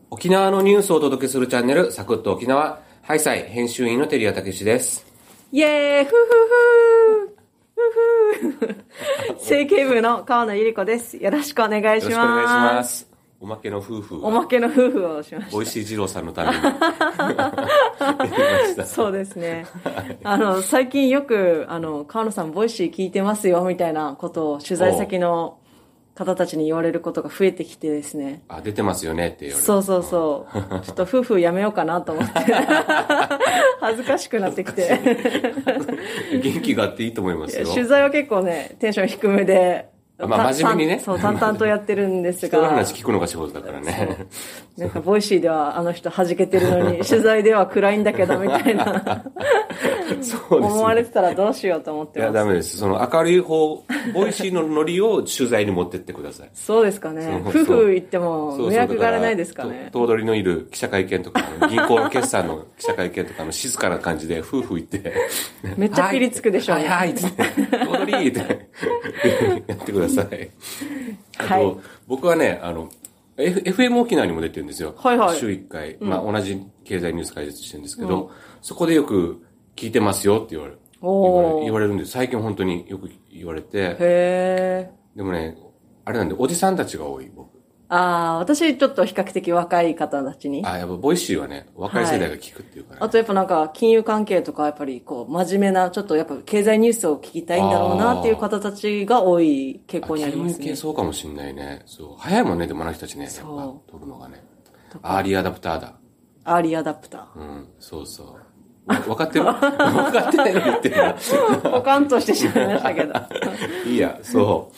沖縄のニュースをお届けするチャンネル、サクッと沖縄、ハイサイ編集員の照屋武です。 イエーイふふふふ整形部の川野ゆり子です。よろしくお願いします。 よろしくお願いします。おまけの夫婦。 おまけの夫婦をしました。 ボイシー二郎さんのために。 そうですね。最近よく、川野さんボイシー聞いてますよ、みたいなことを取材先の方たちに言われることが増えてきてですね。 あ、出てますよねって言われる。 そうそうそう。ちょっと夫婦やめようかなと思って。恥ずかしくなってきて。 元気があっていいと思いますよ。 取材は結構ね、テンション低めで。 まあ真面目にね。 そう、淡々とやってるんですが。 人の話聞くのが仕事だからね。 なんか、ボイシーではあの人弾けてるのに、取材では暗いんだけど、みたいな。そうですね。思われてたらどうしようと思ってます。 いや、ダメです。その明るい方、ボイシーのノリを取材に持ってってください。 そうですかね。夫婦行っても迷惑がらないですかね。 頭取のいる記者会見とか、銀行決算の記者会見とかの静かな感じで夫婦行って。 めっちゃピリつくでしょうね。 はい、つって。頭取ってやってください。 はい。 僕はね、FM 沖縄にも出てるんですよ。 はいはい。 週1回。まあ、同じ経済ニュース解説してるんですけど、そこでよく聞いてますよって言われるんです。最近本当によく言われて。 へー。 でもね、あれなんで、おじさんたちが多い、僕。 私ちょっと比較的若い方たちに。 やっぱボイシーはね、若い世代が聞くっていうから、ね。 あとやっぱなんか金融関係とかやっぱりこう真面目な、ちょっとやっぱ経済ニュースを聞きたいんだろうなっていう方たちが多い傾向にありますね。 金融系そうかもしんないね。そう。早いもんね、でもあの人たちね、やっぱ取るのがね。アーリーアダプターだ。 アーリーアダプター。 うん、そうそう。分かってる分かってないの言ってるな。 ポカンとしてしまいましたけど。 いいや、そう。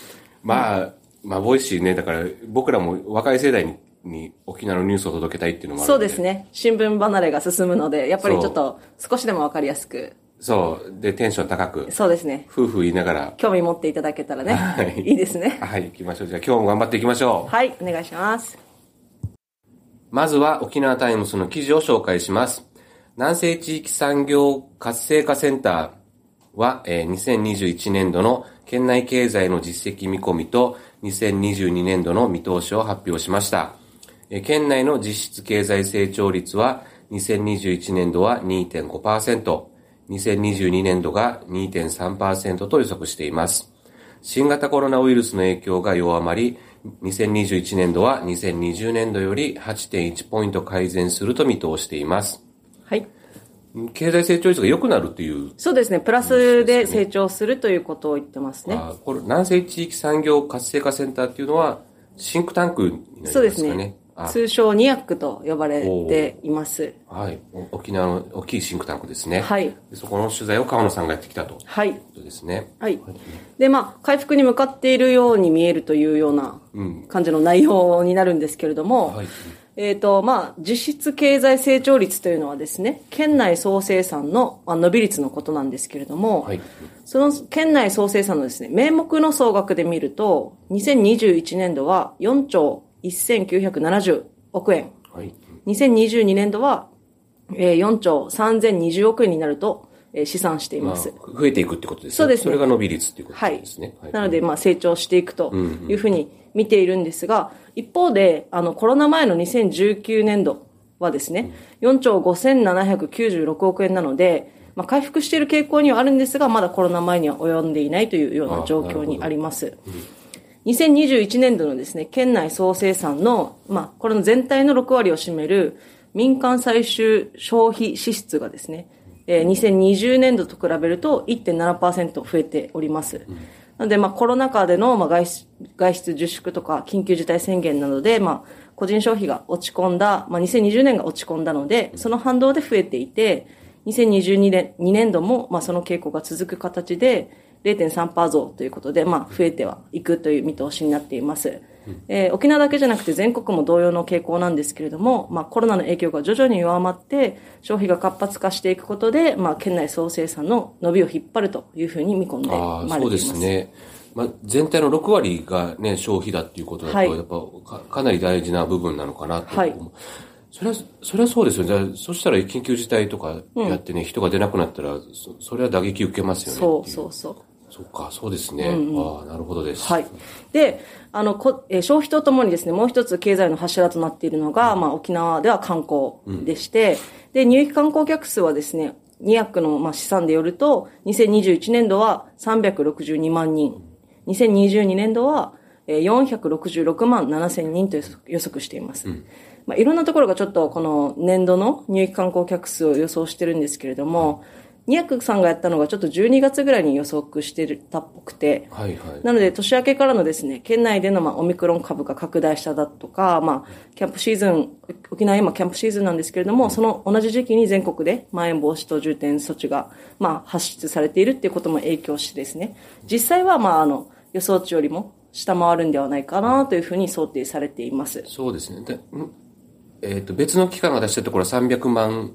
まあ、ボイシーね、だから僕らも若い世代に沖縄のニュースを届けたいっていうのもあるそうですね。新聞離れが進むので、やっぱりちょっと少しでもわかりやすく。 そう。で、テンション高く。 そうですね。 夫婦言いながら。 興味持っていただけたらね。はい。いいですね。 はい、行きましょう。じゃあ今日も頑張っていきましょう。 はい、お願いします。 まずは沖縄タイムズの記事を紹介します。南西地域産業活性化センターは、2021年度の県内経済の実績見込みと2022年度の見通しを発表しました。県内の実質経済成長率は2021年度は 2.5%、2022年度が 2.3% と予測しています。新型コロナウイルスの影響が弱まり、2021年度は2020年度より 8.1 ポイント改善すると見通しています。 はい。 経済成長率が良くなるっていう。 そうですね。プラスで成長するということを言ってますね。 これ、南西地域産業活性化センターっていうのは、シンクタンクになりますかね。 そうですね。通称ニアックと呼ばれています。 はい。沖縄の大きいシンクタンクですね。 はい。 そこの取材を川野さんがやってきたと。はい。いうことですね。 はい。で、回復に向かっているように見えるというような感じの内容になるんですけれども、はい。実質経済成長率というのはですね、県内総生産の伸び率のことなんですけれども、はい、その県内総生産のですね、名目の総額で見ると、2021年度は4兆1970億円。はい、2022年度は4兆3020億円になると試算しています。 増えていくってことですね。 そうですね。 それが伸び率っていうことですね。 はい。なので、成長していくというふうに見ているんですが、一方で、コロナ前の2019年度はですね、4兆5796億円なので、回復している傾向にはあるんですが、まだコロナ前には及んでいないというような状況にあります。2021年度のですね、県内総生産の、これの全体の6割を占める民間最終消費支出がですね、2020年度と比べると 1.7% 増えております。なので、コロナ禍での外出自粛とか緊急事態宣言などで、個人消費が落ち込んだ、2020年が落ち込んだので、その反動で増えていて、2022年度も、その傾向が続く形で 0.3% 増ということで、増えてはいくという見通しになっています。沖縄だけじゃなくて全国も同様の傾向なんですけれども、コロナの影響が徐々に弱まって消費が活発化していくことで、県内総生産の伸びを引っ張るというふうに見込んでまいります。 そうですね。全体の6割がね、消費だっていうことだと、やっぱかなり大事な部分なのかなと思う。はい、それはそうですよね。そしたら緊急事態とかやってね、人が出なくなったら、それは打撃受けますよね。 そう。 そっか、そうですね。ああ、なるほどです。 はい。で、消費とともにですね、もう一つ経済の柱となっているのが、沖縄では観光でして、で、入域観光客数はですね、200の試算でよると、2021年度は362万人、2022年度は466万7千人と予測しています。いろんなところがちょっとこの年度の入域観光客数を予想してるんですけれども、200さんがやったのがちょっと12月ぐらいに予測してたっぽくて、なので年明けからのですね、県内でのオミクロン株が拡大しただとか、キャンプシーズン、沖縄今キャンプシーズンなんですけれども、その同じ時期に全国でまん延防止等重点措置が発出されているっていうことも影響してですね、実際は予想値よりも下回るんではないかなというふうに想定されています。 そうですね。別の機関が出してるところは308万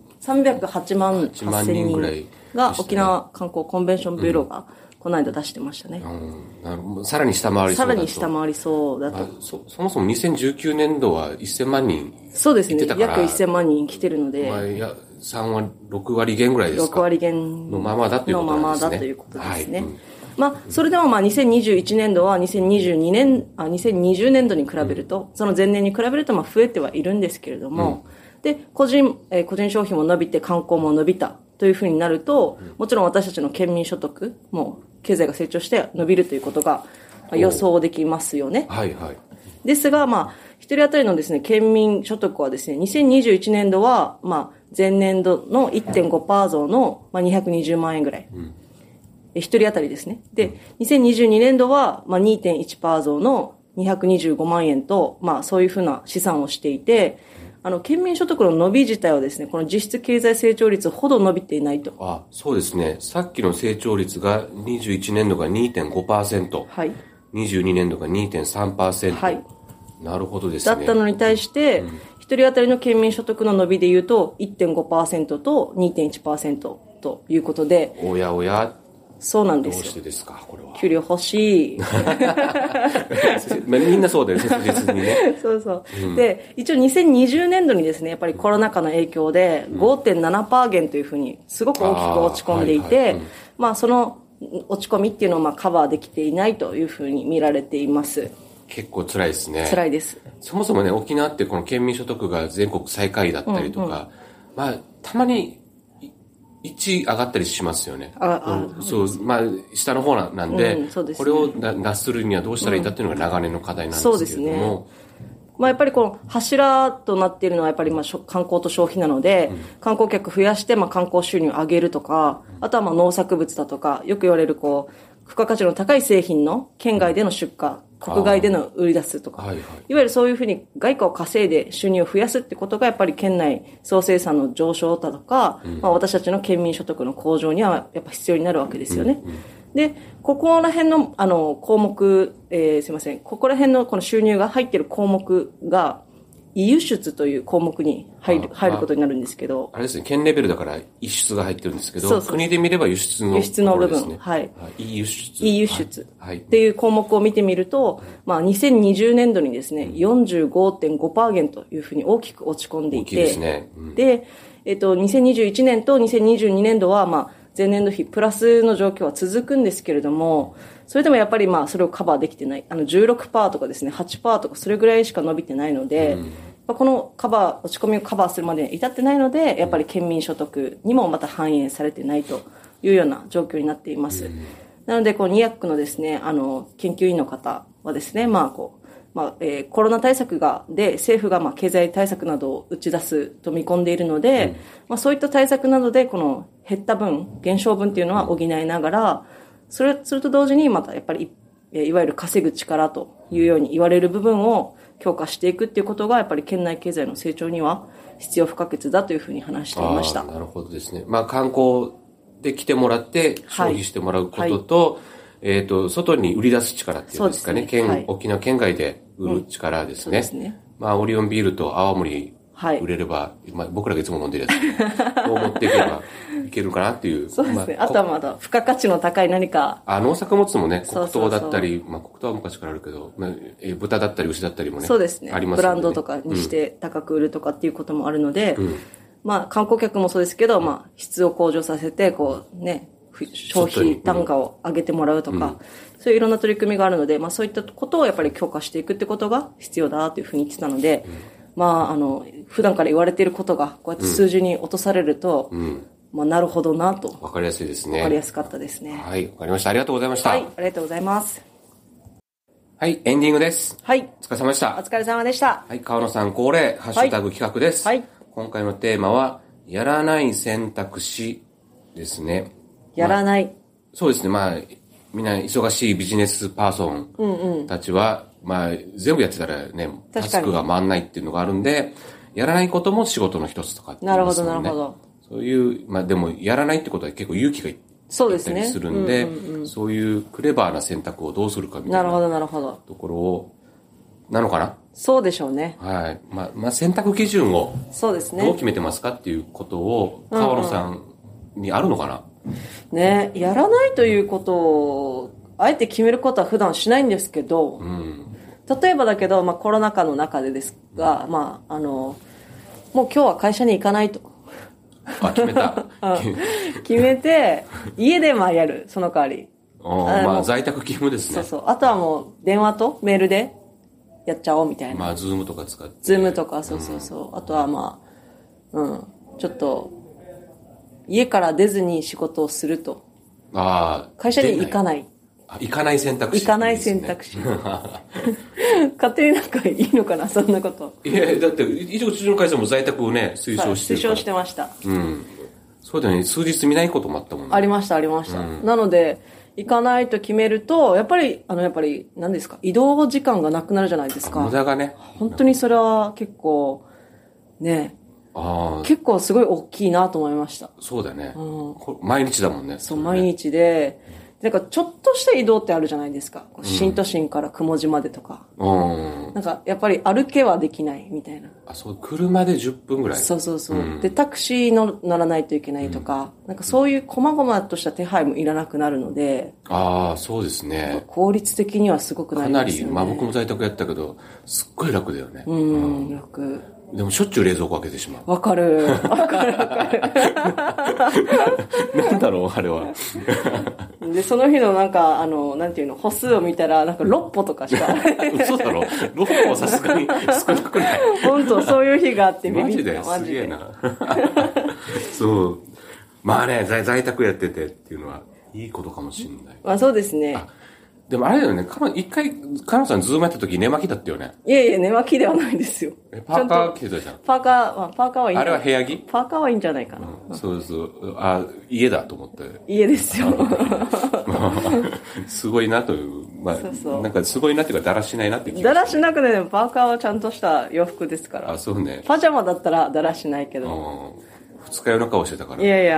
8千人ぐらいが沖縄観光コンベンションビューローがこの間出してましたね。 なるほど。さらに下回りそうだと。 さらに下回りそうだと。 そもそも2019年度は1000万人そうですね。 約 1000万人来てるので。 3割、6割減ぐらいですか。 6割減のままだということですね。 のままだということですね。それでも2021年度は2020年度に比べると、その前年に比べると増えてはいるんですけれども、で、個人消費も伸びて観光も伸びたというふうになると、もちろん私たちの県民所得も経済が成長して伸びるということが予想できますよね。ですが、一人当たりのですね、県民所得はですね、2021年度は、前年度の 1.5% 増の220万円ぐらい。一人当たりですね。で、2022年度は、2.1% 増の225万円と、そういうふうな試算をしていて、県民所得の伸び自体はですね、この実質経済成長率ほど伸びていないと。 そうですね。さっきの成長率が21年度が 2.5%。22年度が 2.3%。なるほどですね。 だったのに対して、一人当たりの県民所得の伸びで言うと 1.5% と 2.1% ということで。 おやおや。 そうなんですよ。 どうしてですか、これは。 給料欲しい。 みんなそうだよね、切実にね。 そう。で、一応2020年度にですね、やっぱりコロナ禍の影響で 5.7% 減というふうにすごく大きく落ち込んでいて、その落ち込みっていうのをカバーできていないというふうに見られています。 結構辛いですね。 辛いです。 そもそもね、沖縄ってこの県民所得が全国最下位だったりとか、たまに1上がったりしますよね。そう、下の方なんで、これを脱するにはどうしたらいいかっていうのが長年の課題なんですけれども。そうですね。 やっぱりこの柱となっているのはやっぱり観光と消費なので、観光客増やして観光収入を上げるとか、あとは農作物だとか、よく言われる付加価値の高い製品の県外での出荷、国外での売り出すとか、いわゆるそういうふうに外貨を稼いで収入を増やすってことがやっぱり県内総生産の上昇だとか、私たちの県民所得の向上にはやっぱ必要になるわけですよね。で、ここら辺の項目、すいません、ここら辺のこの収入が入っている項目が異輸出という項目に入ることになるんですけど。 あれですね、県レベルだから輸出が入ってるんですけど、国で見れば輸出の部分。 異輸出。 異輸出。っていう項目を見てみると、2020年度にですね、45.5% 減というふうに大きく落ち込んでいて。大きいですね。で、2021年と2022年度は、前年度比プラスの状況は続くんですけれども、それでもやっぱりそれをカバーできてない。16% とかですね、8% とかそれぐらいしか伸びてないので、この落ち込みをカバーするまでに至ってないので、やっぱり県民所得にもまた反映されてないというような状況になっています。なので、200のですね、研究員の方はですね、コロナ対策で政府が経済対策などを打ち出すと見込んでいるので、そういった対策などでこの減った分、減少分っていうのは補いながら、それと同時にまたやっぱりいわゆる稼ぐ力というように言われる部分を強化していくっていうことがやっぱり県内経済の成長には必要不可欠だというふうに話していました。 なるほどですね。観光で来てもらって消費してもらうことと、外に売り出す力っていうんですかね。沖縄県外で売る力ですね。そうですね。オリオンビールと泡盛売れれば、僕らがいつも飲んでるやつを持っていけばいけるかなっていう。 そうですね。あとはまだ付加価値の高い何か。 農作物もね、黒糖だったり、黒糖は昔からあるけど、豚だったり牛だったりもね。 そうですね。 ありますね。 ブランドとかにして高く売るとかっていうこともあるので、観光客もそうですけど、質を向上させて、付消費単価を上げてもらうとか、そういういろんな取り組みがあるので、そういったことをやっぱり強化していくってことが必要だというふうに言ってたので、普段から言われていることがこうやって数字に落とされると、なるほどなと。 わかりやすいですね。 わかりやすかったですね。 はい、わかりました。ありがとうございました。 はい、ありがとうございます。 はい、エンディングです。 はい。 お疲れ様でした。 お疲れ様でした。 はい、川野さん恒例、ハッシュタグ企画です。 はい。 今回のテーマは、やらない選択肢ですね。 やらない。 そうですね。みんな忙しいビジネスパーソンたちは、全部やってたらね、タスクが回んないっていうのがあるんで、やらないことも仕事の一つとかって言いますもんね。なるほど。そういう、でも、やらないってことは結構勇気がいったりするんで、そういうクレバーな選択をどうするかみたいなところを、なのかな？ そうでしょうね。 はい。選択基準を、 そうですね。 どう決めてますかっていうことを、川野さんにあるのかな？ ね、やらないということを、あえて決めることは普段しないんですけど、例えばだけど、コロナ禍の中でですが、もう今日は会社に行かないと。 決めた。 決めて、家でやる、その代わり。 在宅勤務ですね。 そう。あとはもう、電話とメールでやっちゃおうみたいな。 ズームとか使って。 ズームとか、そう。あとはちょっと、家から出ずに仕事をすると。会社に行かない。 行かない選択肢。 行かない選択肢。勝手になんかいいのかな、そんなこと。 いや、だって、一応うちの会社も在宅をね、推奨してる。 推奨してました。 そうだよね、数日見ないこともあったもんね。 ありました。なので、行かないと決めると、やっぱり、何ですか、移動時間がなくなるじゃないですか。 無駄がね。 本当にそれは結構、ね、結構すごい大きいなと思いました。 そうだね。毎日だもんね。 そう、毎日で、なんかちょっとした移動ってあるじゃないですか。新都心から雲寺までとか。なんかやっぱり歩けはできないみたいな。 車で10分ぐらい。 そう。で、タクシー乗らないといけないとか、なんかそういう細々とした手配もいらなくなるので。 そうですね。 効率的にはすごくなりますよね。 かなり、僕も在宅やったけど、すっごい楽だよね。 楽。 でもしょっちゅう冷蔵庫開けてしまう。 わかる。 なんだろう、あれは。 で、その日のなんか、なんていうの、歩数を見たら、なんか6歩とかしか。 嘘だろ ?6 歩はさすがに少なくない？ 本当、そういう日があってビビった。 マジで。すげえな。そう。在宅やっててっていうのは、いいことかもしれない。 そうですね。 でもあれだよね、一回、カノさんズームやった時寝巻きだったよね。 いや、寝巻きではないですよ。 パーカー着てたじゃん。 パーカーはいい。 あれは部屋着？ パーカーはいいんじゃないかな。 そう。家だと思って。 家ですよ。 すごいなという。 そう。 なんかすごいなっていうか、だらしないなって気がする。 だらしなくても、パーカーはちゃんとした洋服ですから。 そうね。 パジャマだったらだらしないけど。 二日酔いの顔してたから。 いや、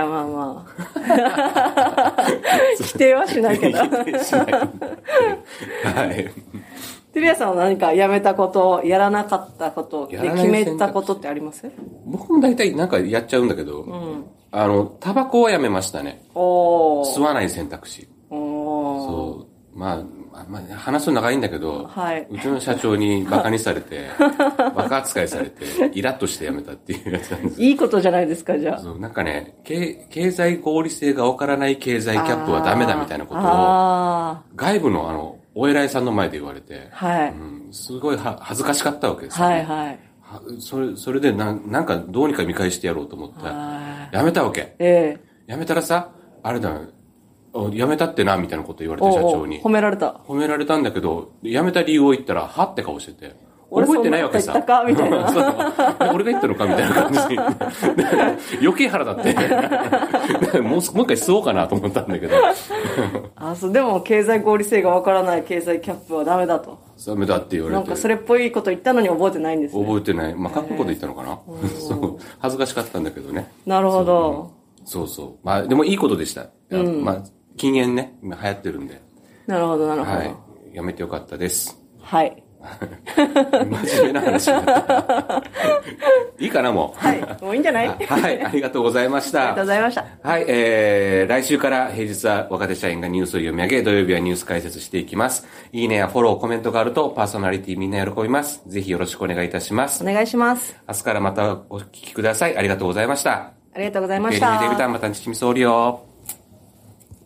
否定はしないけど。 否定しない。はい。 テリアさんは何かやめたこと、やらなかったことで決めたことってあります？ 僕も大体なんかやっちゃうんだけど、タバコはやめましたね。吸わない選択肢。そう。話すの長いんだけど、うちの社長にバカにされて、バカ扱いされて、イラッとして辞めたっていうやつなんです。 いいことじゃないですか、じゃあ。 そう、なんかね、経済合理性がわからない経済キャップはダメだみたいなことを、外部のお偉いさんの前で言われて、すごい恥ずかしかったわけですよ、ね。それでなんかどうにか見返してやろうと思ったら、辞めたわけ。辞めたらさ、あれだよ、辞めたってな、みたいなこと言われて、社長に。 褒められた。 褒められたんだけど、辞めた理由を言ったら、はって顔してて。覚えてないわけさ。 俺そんなこと言ったかみたいな。 俺が言ったのかみたいな感じで。余計腹立って。もう一回吸おうかなと思ったんだけど。 でも経済合理性がわからない経済キャップはダメだと。 ダメだって言われて。 なんかそれっぽいこと言ったのに覚えてないんですね。 覚えてない。かっこいいこと言ったのかな。そう。恥ずかしかったんだけどね。 なるほど。 そう。でもいいことでした。禁煙ね、今流行ってるんで。 なるほど。 はい。やめてよかったです。 はい。 真面目な話になった。いいかな、もう。 はい。もういいんじゃない？ はい。ありがとうございました。 ありがとうございました。 はい。来週から平日は若手社員がニュースを読み上げ、土曜日はニュース解説していきます。いいねやフォロー、コメントがあるとパーソナリティみんな喜びます。ぜひよろしくお願いいたします。 お願いします。 明日からまたお聞きください。ありがとうございました。 ありがとうございました。 デビタンまたんちきみそうりよ。